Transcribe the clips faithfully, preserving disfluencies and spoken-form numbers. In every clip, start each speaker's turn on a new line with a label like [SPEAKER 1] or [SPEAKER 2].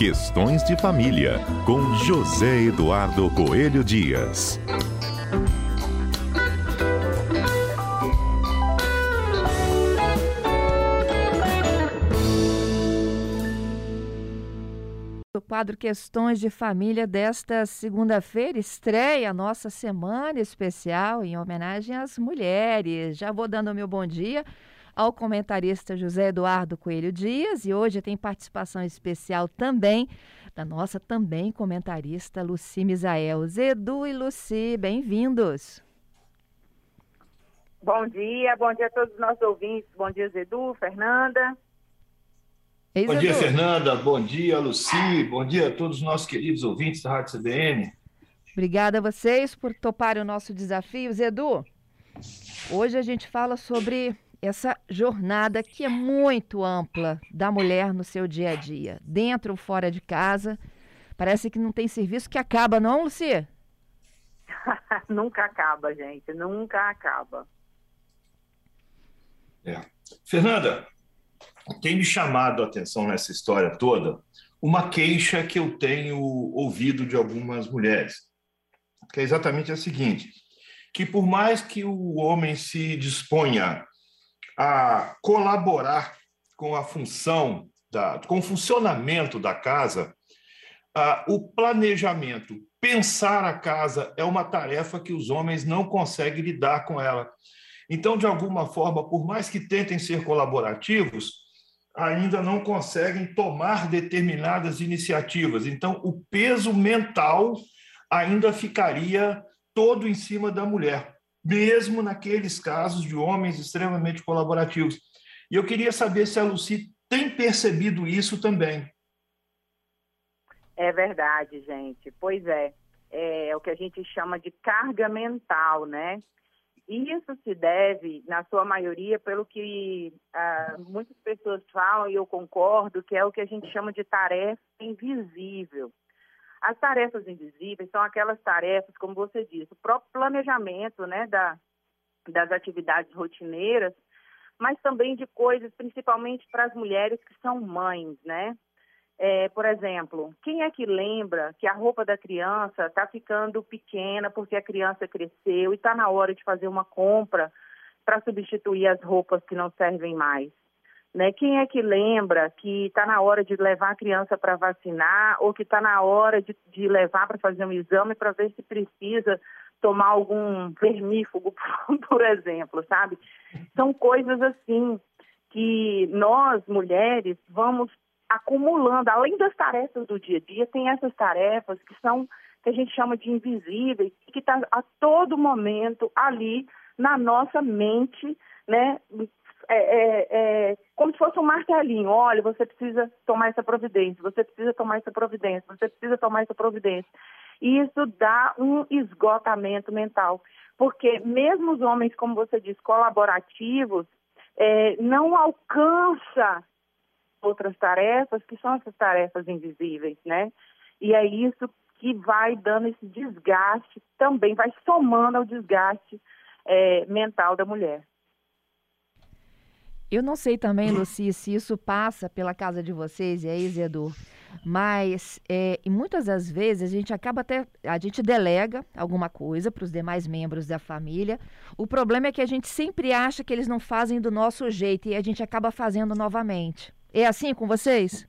[SPEAKER 1] Questões de Família, com José Eduardo Coelho Dias.
[SPEAKER 2] O quadro Questões de Família desta segunda-feira estreia a nossa semana especial em homenagem às mulheres. Já vou dando o meu bom dia ao comentarista José Eduardo Coelho Dias e hoje tem participação especial também da nossa também comentarista Luci Misael. Edu e Luci, bem-vindos.
[SPEAKER 3] Bom dia, bom dia a todos os nossos ouvintes. Bom dia, Edu, Fernanda.
[SPEAKER 2] Eis,
[SPEAKER 4] bom
[SPEAKER 2] Edu.
[SPEAKER 4] dia, Fernanda. Bom dia, Luci. Bom dia a todos os nossos queridos ouvintes da Rádio C B N.
[SPEAKER 2] Obrigada a vocês por toparem o nosso desafio. Edu, hoje a gente fala sobre essa jornada que é muito ampla da mulher no seu dia a dia, dentro ou fora de casa. Parece que não tem serviço que acaba, não, Luci?
[SPEAKER 3] Nunca acaba, gente. Nunca acaba.
[SPEAKER 4] É. Fernanda, tem me chamado a atenção nessa história toda uma queixa que eu tenho ouvido de algumas mulheres, que é exatamente a seguinte, que por mais que o homem se disponha a colaborar com a função, da, com o funcionamento da casa, ah, o planejamento, pensar a casa é uma tarefa que os homens não conseguem lidar com ela. Então, de alguma forma, por mais que tentem ser colaborativos, ainda não conseguem tomar determinadas iniciativas. Então, o peso mental ainda ficaria todo em cima da mulher, mesmo naqueles casos de homens extremamente colaborativos. E eu queria saber se a Luci tem percebido isso também.
[SPEAKER 3] É verdade, gente. Pois é, é o que a gente chama de carga mental, né? E isso se deve, na sua maioria, pelo que ah, muitas pessoas falam, e eu concordo, que é o que a gente chama de tarefa invisível. As tarefas invisíveis são aquelas tarefas, como você disse, o próprio planejamento, né, da, das atividades rotineiras, mas também de coisas, principalmente para as mulheres que são mães, né? É, por exemplo, quem é que lembra que a roupa da criança está ficando pequena porque a criança cresceu e está na hora de fazer uma compra para substituir as roupas que não servem mais? Né? Quem é que lembra que está na hora de levar a criança para vacinar ou que está na hora de, de levar para fazer um exame para ver se precisa tomar algum vermífugo, por exemplo, sabe? São coisas assim que nós, mulheres, vamos acumulando. Além das tarefas do dia a dia, tem essas tarefas que são, que a gente chama de invisíveis, que está a todo momento ali na nossa mente, né? É, é, é, como se fosse um martelinho. Olha, você precisa tomar essa providência, você precisa tomar essa providência, você precisa tomar essa providência. E isso dá um esgotamento mental, porque mesmo os homens, como você diz, colaborativos, é, não alcança outras tarefas, que são essas tarefas invisíveis, né? E é isso que vai dando esse desgaste, também vai somando ao desgaste é, mental da mulher.
[SPEAKER 2] Eu não sei também, Luci, se isso passa pela casa de vocês, e aí, Edu, mas é, e muitas das vezes a gente acaba até, a gente delega alguma coisa para os demais membros da família. O problema é que a gente sempre acha que eles não fazem do nosso jeito e a gente acaba fazendo novamente. É assim com vocês?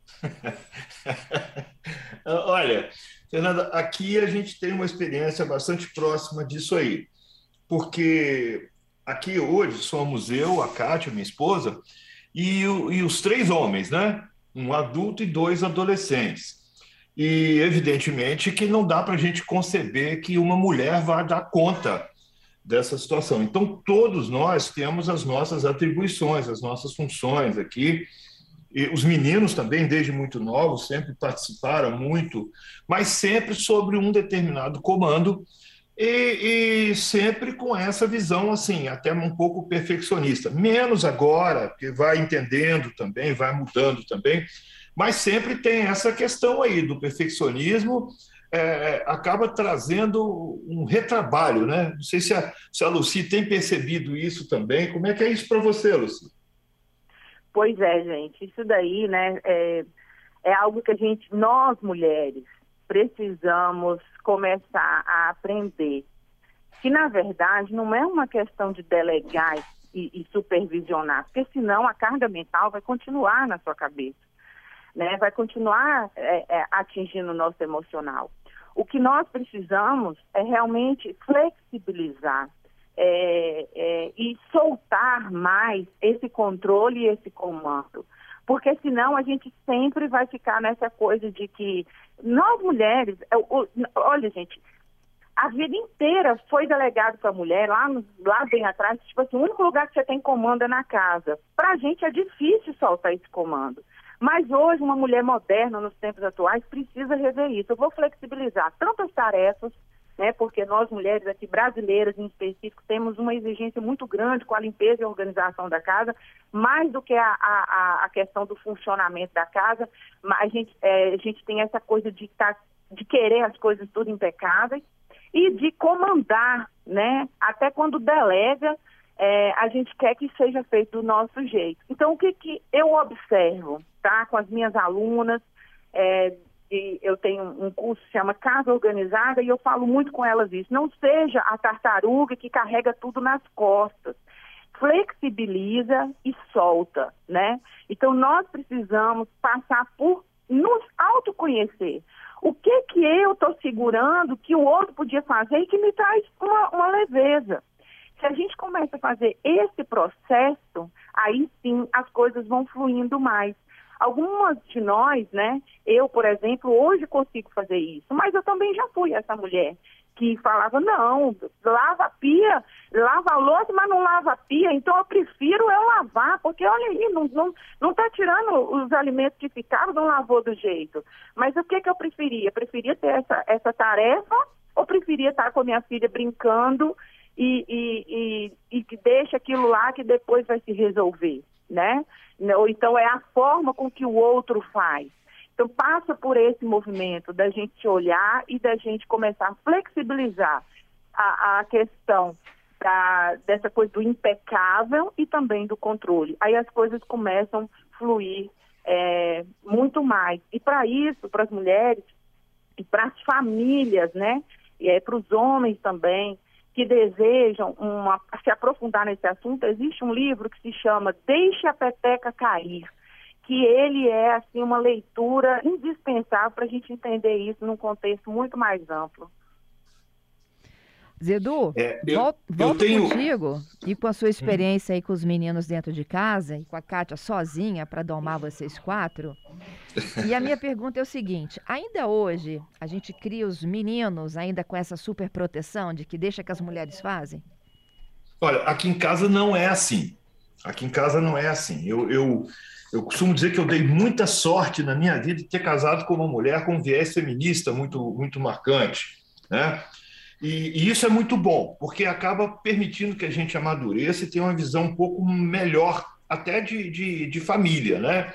[SPEAKER 4] Olha, Fernanda, aqui a gente tem uma experiência bastante próxima disso aí, porque aqui hoje somos eu, a Kátia, minha esposa, e, o, e os três homens, né? Um adulto e dois adolescentes. E, evidentemente, que não dá para a gente conceber que uma mulher vá dar conta dessa situação. Então, todos nós temos as nossas atribuições, as nossas funções aqui. E os meninos também, desde muito novos, sempre participaram muito, mas sempre sobre um determinado comando e, e sempre com essa visão, assim, até um pouco perfeccionista. Menos agora, porque vai entendendo também, vai mudando também, mas sempre tem essa questão aí do perfeccionismo, é, acaba trazendo um retrabalho, né? Não sei se a, se a Luci tem percebido isso também. Como é que é isso para você, Luci?
[SPEAKER 3] Pois é, gente. Isso daí, né, é, é algo que a gente, nós mulheres, precisamos começar a aprender. Que, na verdade, não é uma questão de delegar e, e supervisionar, porque senão a carga mental vai continuar na sua cabeça, né? Vai continuar é, é, atingindo o nosso emocional. O que nós precisamos é realmente flexibilizar é, é, e soltar mais esse controle e esse comando. Porque senão a gente sempre vai ficar nessa coisa de que nós mulheres, olha gente, a vida inteira foi delegado para a mulher, lá, lá bem atrás, tipo assim, o único lugar que você tem comando é na casa. Para a gente é difícil soltar esse comando. Mas hoje uma mulher moderna, nos tempos atuais, precisa rever isso. Eu vou flexibilizar tantas tarefas, né, porque nós mulheres aqui brasileiras em específico temos uma exigência muito grande com a limpeza e a organização da casa, mais do que a, a, a questão do funcionamento da casa. A gente, é, a gente tem essa coisa de, tá, de querer as coisas tudo impecáveis e de comandar, né? Até quando delega, é, a gente quer que seja feito do nosso jeito. Então, o que, que eu observo, tá, com as minhas alunas, é, e eu tenho um curso que se chama Casa Organizada e eu falo muito com elas isso. Não seja a tartaruga que carrega tudo nas costas. Flexibiliza e solta, né? Então, nós precisamos passar por nos autoconhecer. O que que eu estou segurando que o outro podia fazer e que me traz uma, uma leveza? Se a gente começa a fazer esse processo, aí sim as coisas vão fluindo mais. Algumas de nós, né, eu, por exemplo, hoje consigo fazer isso, mas eu também já fui essa mulher que falava, não, lava a pia, lava a louça, mas não lava a pia, então eu prefiro eu lavar, porque olha aí, não está não, não tá tirando os alimentos que ficaram, não lavou do jeito. Mas o que que eu preferia? Preferia ter essa, essa tarefa ou preferia estar com a minha filha brincando e, e, e, e que deixa aquilo lá que depois vai se resolver, né? Ou então é a forma com que o outro faz. Então, passa por esse movimento da gente olhar e da gente começar a flexibilizar a, a questão da, dessa coisa do impecável e também do controle. Aí as coisas começam a fluir é, muito mais. E para isso, para as mulheres e para as famílias, né, e é, para os homens também, que desejam uma, se aprofundar nesse assunto, existe um livro que se chama Deixe a Peteca Cair, que ele é assim uma leitura indispensável para a gente entender isso num contexto muito mais amplo.
[SPEAKER 2] Zedu,
[SPEAKER 4] é, eu,
[SPEAKER 2] volto, volto
[SPEAKER 4] eu tenho...
[SPEAKER 2] contigo e com a sua experiência aí com os meninos dentro de casa e com a Kátia sozinha para domar vocês quatro. E a minha pergunta é o seguinte, ainda hoje a gente cria os meninos ainda com essa super proteção de que deixa que as mulheres fazem?
[SPEAKER 4] Olha, aqui em casa não é assim. Aqui em casa não é assim. Eu... eu... Eu costumo dizer que eu dei muita sorte na minha vida de ter casado com uma mulher com um viés feminista muito, muito marcante, né? E, e isso é muito bom, porque acaba permitindo que a gente amadureça e tenha uma visão um pouco melhor até de, de, de família, né?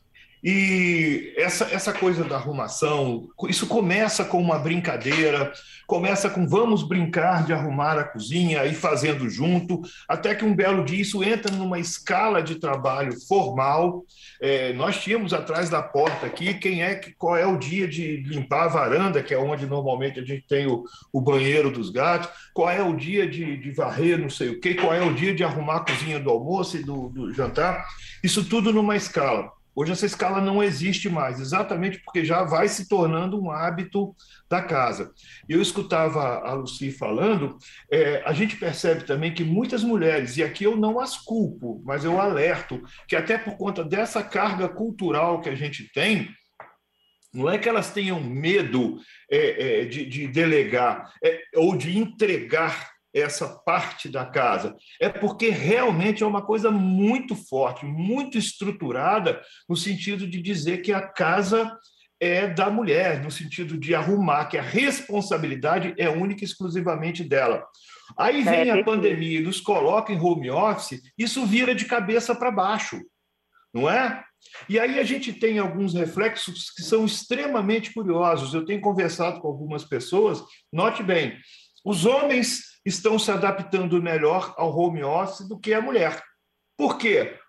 [SPEAKER 4] E essa, essa coisa da arrumação, isso começa com uma brincadeira, começa com vamos brincar de arrumar a cozinha e fazendo junto, até que um belo dia isso entra numa escala de trabalho formal. É, nós tínhamos atrás da porta aqui quem é, qual é o dia de limpar a varanda, que é onde normalmente a gente tem o, o banheiro dos gatos, qual é o dia de, de varrer não sei o quê, qual é o dia de arrumar a cozinha do almoço e do, do jantar, isso tudo numa escala. Hoje essa escala não existe mais, exatamente porque já vai se tornando um hábito da casa. Eu escutava a Lucy falando, é, a gente percebe também que muitas mulheres, e aqui eu não as culpo, mas eu alerto, que até por conta dessa carga cultural que a gente tem, não é que elas tenham medo é, é, de, de delegar é, ou de entregar essa parte da casa, é porque realmente é uma coisa muito forte, muito estruturada, no sentido de dizer que a casa é da mulher, no sentido de arrumar, que a responsabilidade é única e exclusivamente dela. Aí vem a pandemia e nos coloca em home office, isso vira de cabeça para baixo, não é? E aí a gente tem alguns reflexos que são extremamente curiosos. Eu tenho conversado com algumas pessoas, note bem, os homens estão se adaptando melhor ao home office do que a mulher. Por quê?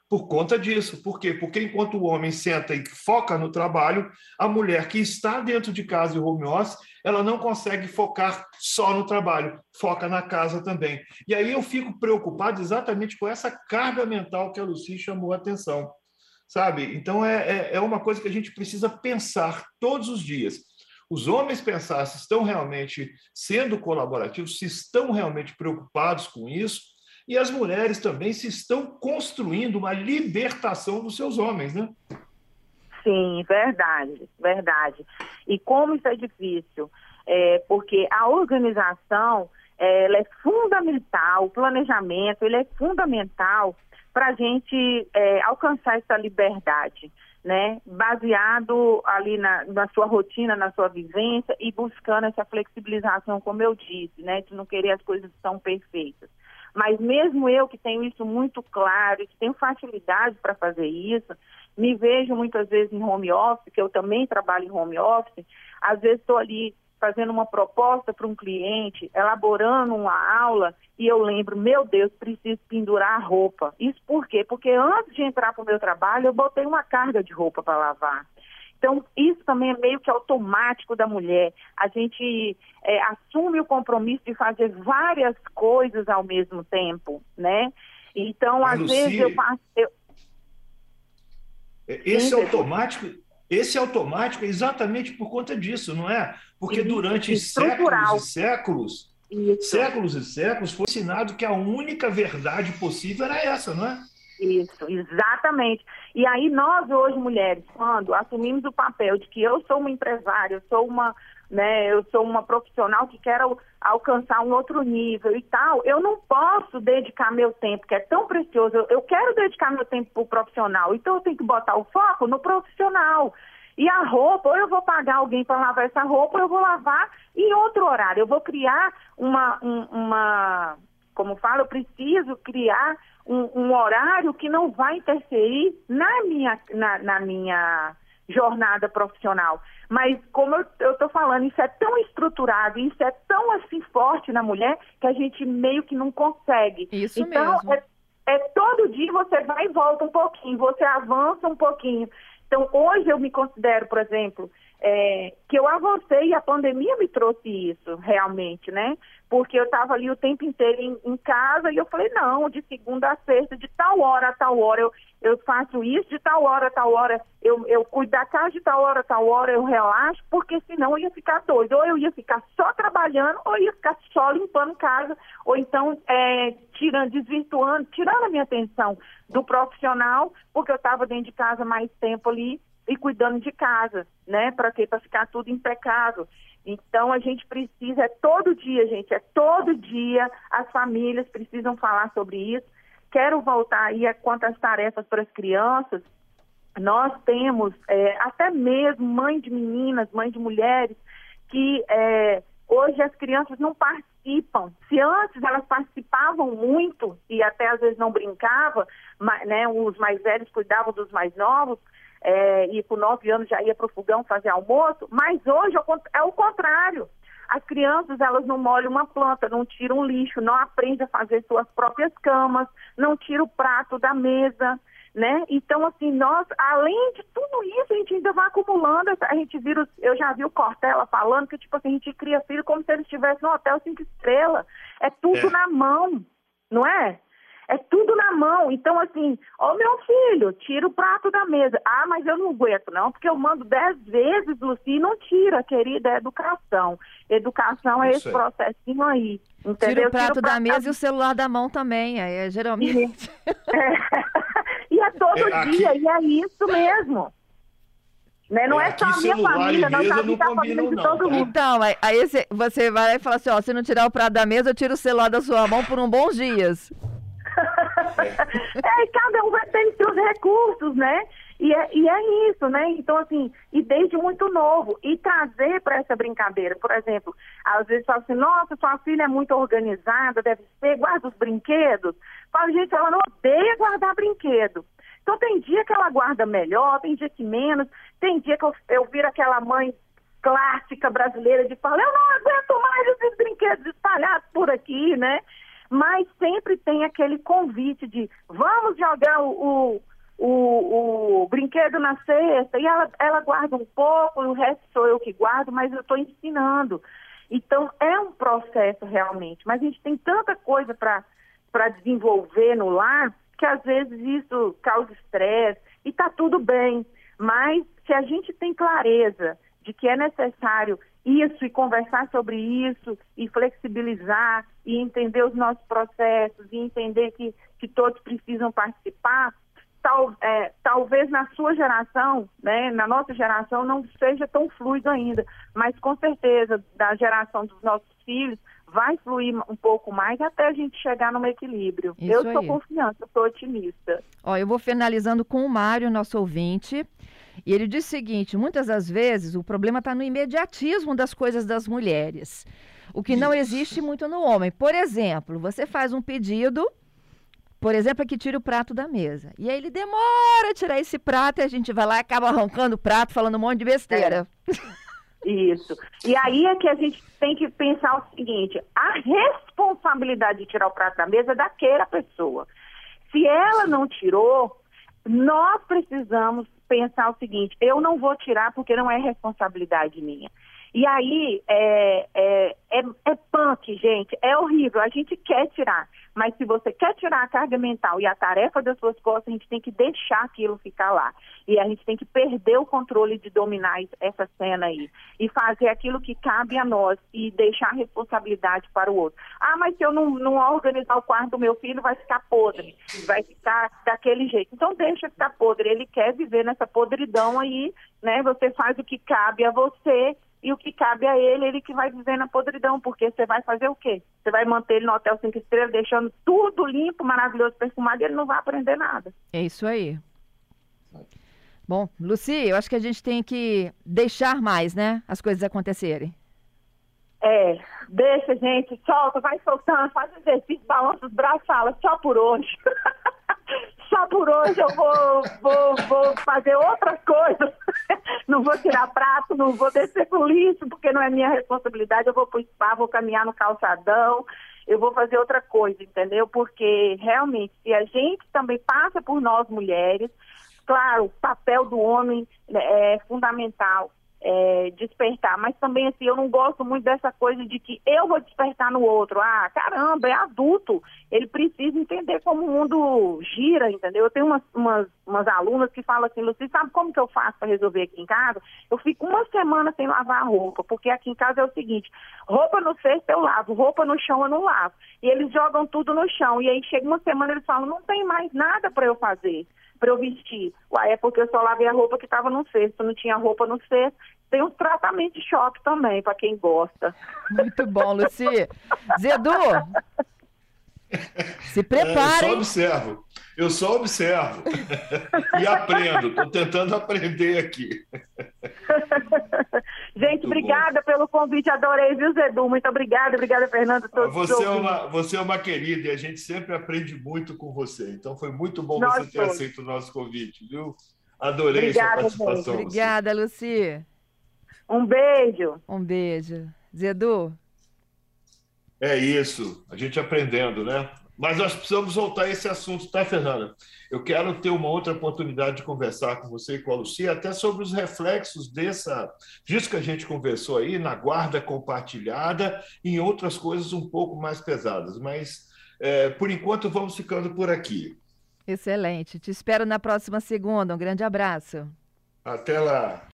[SPEAKER 4] por conta disso. Por quê? Porque enquanto o homem senta e foca no trabalho, a mulher que está dentro de casa e home office, ela não consegue focar só no trabalho, foca na casa também. E aí eu fico preocupado exatamente com essa carga mental que a Lucy chamou a atenção, sabe? Então é, é, é uma coisa que a gente precisa pensar todos os dias. Os homens pensar se estão realmente sendo colaborativos, se estão realmente preocupados com isso, e as mulheres também se estão construindo uma libertação dos seus homens, né?
[SPEAKER 3] Sim, verdade, verdade. E como isso é difícil, é, porque a organização, é, ela é fundamental, o planejamento, ele é fundamental para a gente é, alcançar essa liberdade, né? Baseado ali na, na sua rotina, na sua vivência e buscando essa flexibilização, como eu disse, né? De não querer as coisas tão perfeitas. Mas mesmo eu que tenho isso muito claro, que tenho facilidade para fazer isso, me vejo muitas vezes em home office, que eu também trabalho em home office, às vezes estou ali fazendo uma proposta para um cliente, elaborando uma aula, e eu lembro, meu Deus, preciso pendurar a roupa. Isso por quê? Porque antes de entrar para o meu trabalho, eu botei uma carga de roupa para lavar. Então, isso também é meio que automático da mulher. A gente é, assume o compromisso de fazer várias coisas ao mesmo tempo, né? Então,
[SPEAKER 4] Mas,
[SPEAKER 3] às
[SPEAKER 4] Lucy,
[SPEAKER 3] vezes eu faço... Eu...
[SPEAKER 4] Esse
[SPEAKER 3] Sim,
[SPEAKER 4] automático... Esse automático é exatamente por conta disso, não é? Porque
[SPEAKER 3] isso,
[SPEAKER 4] durante
[SPEAKER 3] estrutural.
[SPEAKER 4] séculos e séculos,
[SPEAKER 3] Isso.
[SPEAKER 4] séculos e séculos, foi ensinado que a única verdade possível era essa, não é?
[SPEAKER 3] Isso, exatamente. E aí nós hoje, mulheres, quando assumimos o papel de que eu sou uma empresária, eu sou uma, né, eu sou uma profissional que quero alcançar um outro nível e tal, eu não posso dedicar meu tempo, que é tão precioso, eu, eu quero dedicar meu tempo para o profissional, então eu tenho que botar o foco no profissional. E a roupa, ou eu vou pagar alguém para lavar essa roupa, ou eu vou lavar em outro horário. Eu vou criar uma, um, uma como falo, eu preciso criar um, um horário que não vai interferir na minha, na, na minha jornada profissional. Mas, como eu estou falando, isso é tão estruturado, isso é tão assim forte na mulher, que a gente meio que não consegue.
[SPEAKER 2] Isso
[SPEAKER 3] então,
[SPEAKER 2] mesmo.
[SPEAKER 3] É, é todo dia você vai e volta um pouquinho, você avança um pouquinho. Então, hoje eu me considero, por exemplo, é, que eu avancei e a pandemia me trouxe isso, realmente, né? Porque eu estava ali o tempo inteiro em, em casa e eu falei, não, de segunda a sexta, de tal hora a tal hora eu, eu faço isso, de tal hora a tal hora eu, eu cuido da casa, de tal hora a tal hora eu relaxo, porque senão eu ia ficar doida. Ou eu ia ficar só trabalhando, ou eu ia ficar só limpando casa, ou então é, tirando, desvirtuando, tirando a minha atenção do profissional, porque eu estava dentro de casa mais tempo ali e cuidando de casa, né? Para quê? Para ficar tudo impecável. Então, a gente precisa, é todo dia, gente, é todo dia, as famílias precisam falar sobre isso. Quero voltar aí quanto às tarefas para as crianças. Nós temos é, até mesmo mãe de meninas, mãe de mulheres, que é, hoje as crianças não participam. Se antes elas participavam muito e até às vezes não brincavam, mas, né, os mais velhos cuidavam dos mais novos, É, e com nove anos já ia para o fogão fazer almoço, mas hoje é o contrário. As crianças, elas não molham uma planta, não tiram lixo, não aprendem a fazer suas próprias camas, não tiram o prato da mesa, né? Então, assim, nós, além de tudo isso, a gente ainda vai acumulando, a gente vira, eu já vi o Cortella falando que, tipo assim, a gente cria filho como se eles estivessem no hotel cinco estrelas. É tudo
[SPEAKER 4] É.
[SPEAKER 3] na mão, não é? É tudo na mão. Então, assim, ó, meu filho, tira o prato da mesa. Ah, mas eu não aguento, não, porque eu mando dez vezes, Lucy, e não tira, querida, é educação. Educação é
[SPEAKER 4] Isso
[SPEAKER 3] esse
[SPEAKER 4] aí.
[SPEAKER 3] processinho aí, entendeu?
[SPEAKER 2] Tira o prato
[SPEAKER 3] Tira
[SPEAKER 2] da mesa e o celular da mão também. Aí, é, geralmente.
[SPEAKER 3] É. E é todo
[SPEAKER 4] É, aqui-
[SPEAKER 3] dia, e é isso mesmo. Né? Não
[SPEAKER 4] É,
[SPEAKER 3] é, só
[SPEAKER 4] aqui
[SPEAKER 3] a minha
[SPEAKER 4] celular e
[SPEAKER 3] família, não,
[SPEAKER 4] mesa
[SPEAKER 3] tá,
[SPEAKER 4] não
[SPEAKER 3] tá
[SPEAKER 4] combinam,
[SPEAKER 3] falando de
[SPEAKER 4] não,
[SPEAKER 3] todo
[SPEAKER 4] tá?
[SPEAKER 3] mundo.
[SPEAKER 2] Então, aí, aí você, você vai e fala assim, ó, se não tirar o prato da mesa, eu tiro o celular da sua mão por um bons dias.
[SPEAKER 3] É, e cada um vai ter seus recursos, né? E é, e é isso, né? Então, assim, e desde muito novo. E trazer para essa brincadeira, por exemplo, às vezes fala assim, nossa, sua filha é muito organizada, deve ser, guarda os brinquedos. Fala, gente, ela não odeia guardar brinquedo. Então, tem dia que ela guarda melhor, tem dia que menos, tem dia que eu, eu viro aquela mãe clássica brasileira de falar, eu não aguento mais esses brinquedos espalhados por aqui, né? mas sempre tem aquele convite de vamos jogar o, o, o, o brinquedo na cesta, e ela, ela guarda um pouco, o resto sou eu que guardo, mas eu estou ensinando. Então, é um processo realmente, mas a gente tem tanta coisa para para desenvolver no lar, que às vezes isso causa estresse, e está tudo bem. Mas se a gente tem clareza de que é necessário isso, e conversar sobre isso, e flexibilizar, e entender os nossos processos, e entender que, que todos precisam participar, tal, é, talvez na sua geração, né, na nossa geração, não seja tão fluido ainda, mas com certeza da geração dos nossos filhos, vai fluir um pouco mais até a gente chegar num equilíbrio.
[SPEAKER 2] Isso
[SPEAKER 3] eu sou
[SPEAKER 2] aí.
[SPEAKER 3] confiante, eu sou otimista.
[SPEAKER 2] Ó, eu vou finalizando com o Mário, nosso ouvinte, e ele diz o seguinte: muitas das vezes o problema está no imediatismo das coisas das mulheres, o que não existe muito no homem. Por exemplo, você faz um pedido, por exemplo, é que tire o prato da mesa, e aí ele demora a tirar esse prato e a gente vai lá e acaba arrancando o prato, falando um monte de besteira.
[SPEAKER 3] É. Isso. E aí é que a gente tem que pensar o seguinte: a responsabilidade de tirar o prato da mesa é daquela pessoa. Se ela não tirou, nós precisamos pensar o seguinte: eu não vou tirar porque não é responsabilidade minha. E aí é, é, é, é punk, gente, é horrível, a gente quer tirar, mas se você quer tirar a carga mental e a tarefa das suas costas, a gente tem que deixar aquilo ficar lá. E a gente tem que perder o controle de dominar essa cena aí e fazer aquilo que cabe a nós e deixar a responsabilidade para o outro. Ah, mas se eu não, não organizar o quarto do meu filho, vai ficar podre, vai ficar daquele jeito. Então deixa ficar podre, ele quer viver nessa podridão aí, né? Você faz o que cabe a você, e o que cabe a ele, ele que vai viver na podridão, porque você vai fazer o quê? Você vai manter ele no hotel cinco estrelas, deixando tudo limpo, maravilhoso, perfumado, e ele não vai aprender nada.
[SPEAKER 2] É isso aí. Bom, Lucy, eu acho que a gente tem que deixar mais, né, as coisas acontecerem.
[SPEAKER 3] É, deixa, gente, solta, vai soltando, faz exercício, balança os braços, fala, só por hoje. Só por hoje eu vou, vou, vou fazer outras coisas. Não vou tirar prato, não vou descer pro lixo, porque não é minha responsabilidade. Eu vou pro spa, vou caminhar no calçadão, eu vou fazer outra coisa, entendeu? Porque realmente, se a gente também passa por nós mulheres, claro, o papel do homem é fundamental. É, despertar, mas também assim, eu não gosto muito dessa coisa de que eu vou despertar no outro. Ah, caramba, é adulto, ele precisa entender como o mundo gira, entendeu? Eu tenho umas, umas, umas alunas que falam assim: Lucy, sabe como que eu faço para resolver aqui em casa? Eu fico uma semana sem lavar a roupa, porque aqui em casa é o seguinte: roupa no cesto eu lavo, roupa no chão eu não lavo, e eles jogam tudo no chão, e aí chega uma semana e eles falam: não tem mais nada para eu fazer, para eu vestir. Uai, é porque eu só lavei a roupa que estava no cesto, não tinha roupa no cesto. Tem um tratamento de choque também, para quem gosta.
[SPEAKER 2] Muito bom, Lucy. Zedu, se prepare.
[SPEAKER 4] É, eu só observo, eu só observo e aprendo, estou tentando aprender aqui.
[SPEAKER 3] Gente, muito obrigada bom. Pelo convite, adorei, viu, Zedu? Muito obrigada, obrigada, Fernando. Todos
[SPEAKER 4] você, é uma, você é uma querida e a gente sempre aprende muito com você. Então foi muito bom Nós você ter todos. aceito o nosso convite, viu? Adorei obrigada, sua participação.
[SPEAKER 2] Gente. Obrigada, Lucy.
[SPEAKER 3] Um beijo.
[SPEAKER 2] Um beijo. Zedu?
[SPEAKER 4] É isso, a gente aprendendo, né? Mas nós precisamos voltar a esse assunto, tá, Fernanda? Eu quero ter uma outra oportunidade de conversar com você e com a Lucia, até sobre os reflexos dessa, disso que a gente conversou aí, na guarda compartilhada e em outras coisas um pouco mais pesadas. Mas, é, por enquanto, vamos ficando por aqui.
[SPEAKER 2] Excelente. Te espero na próxima segunda. Um grande abraço.
[SPEAKER 4] Até lá.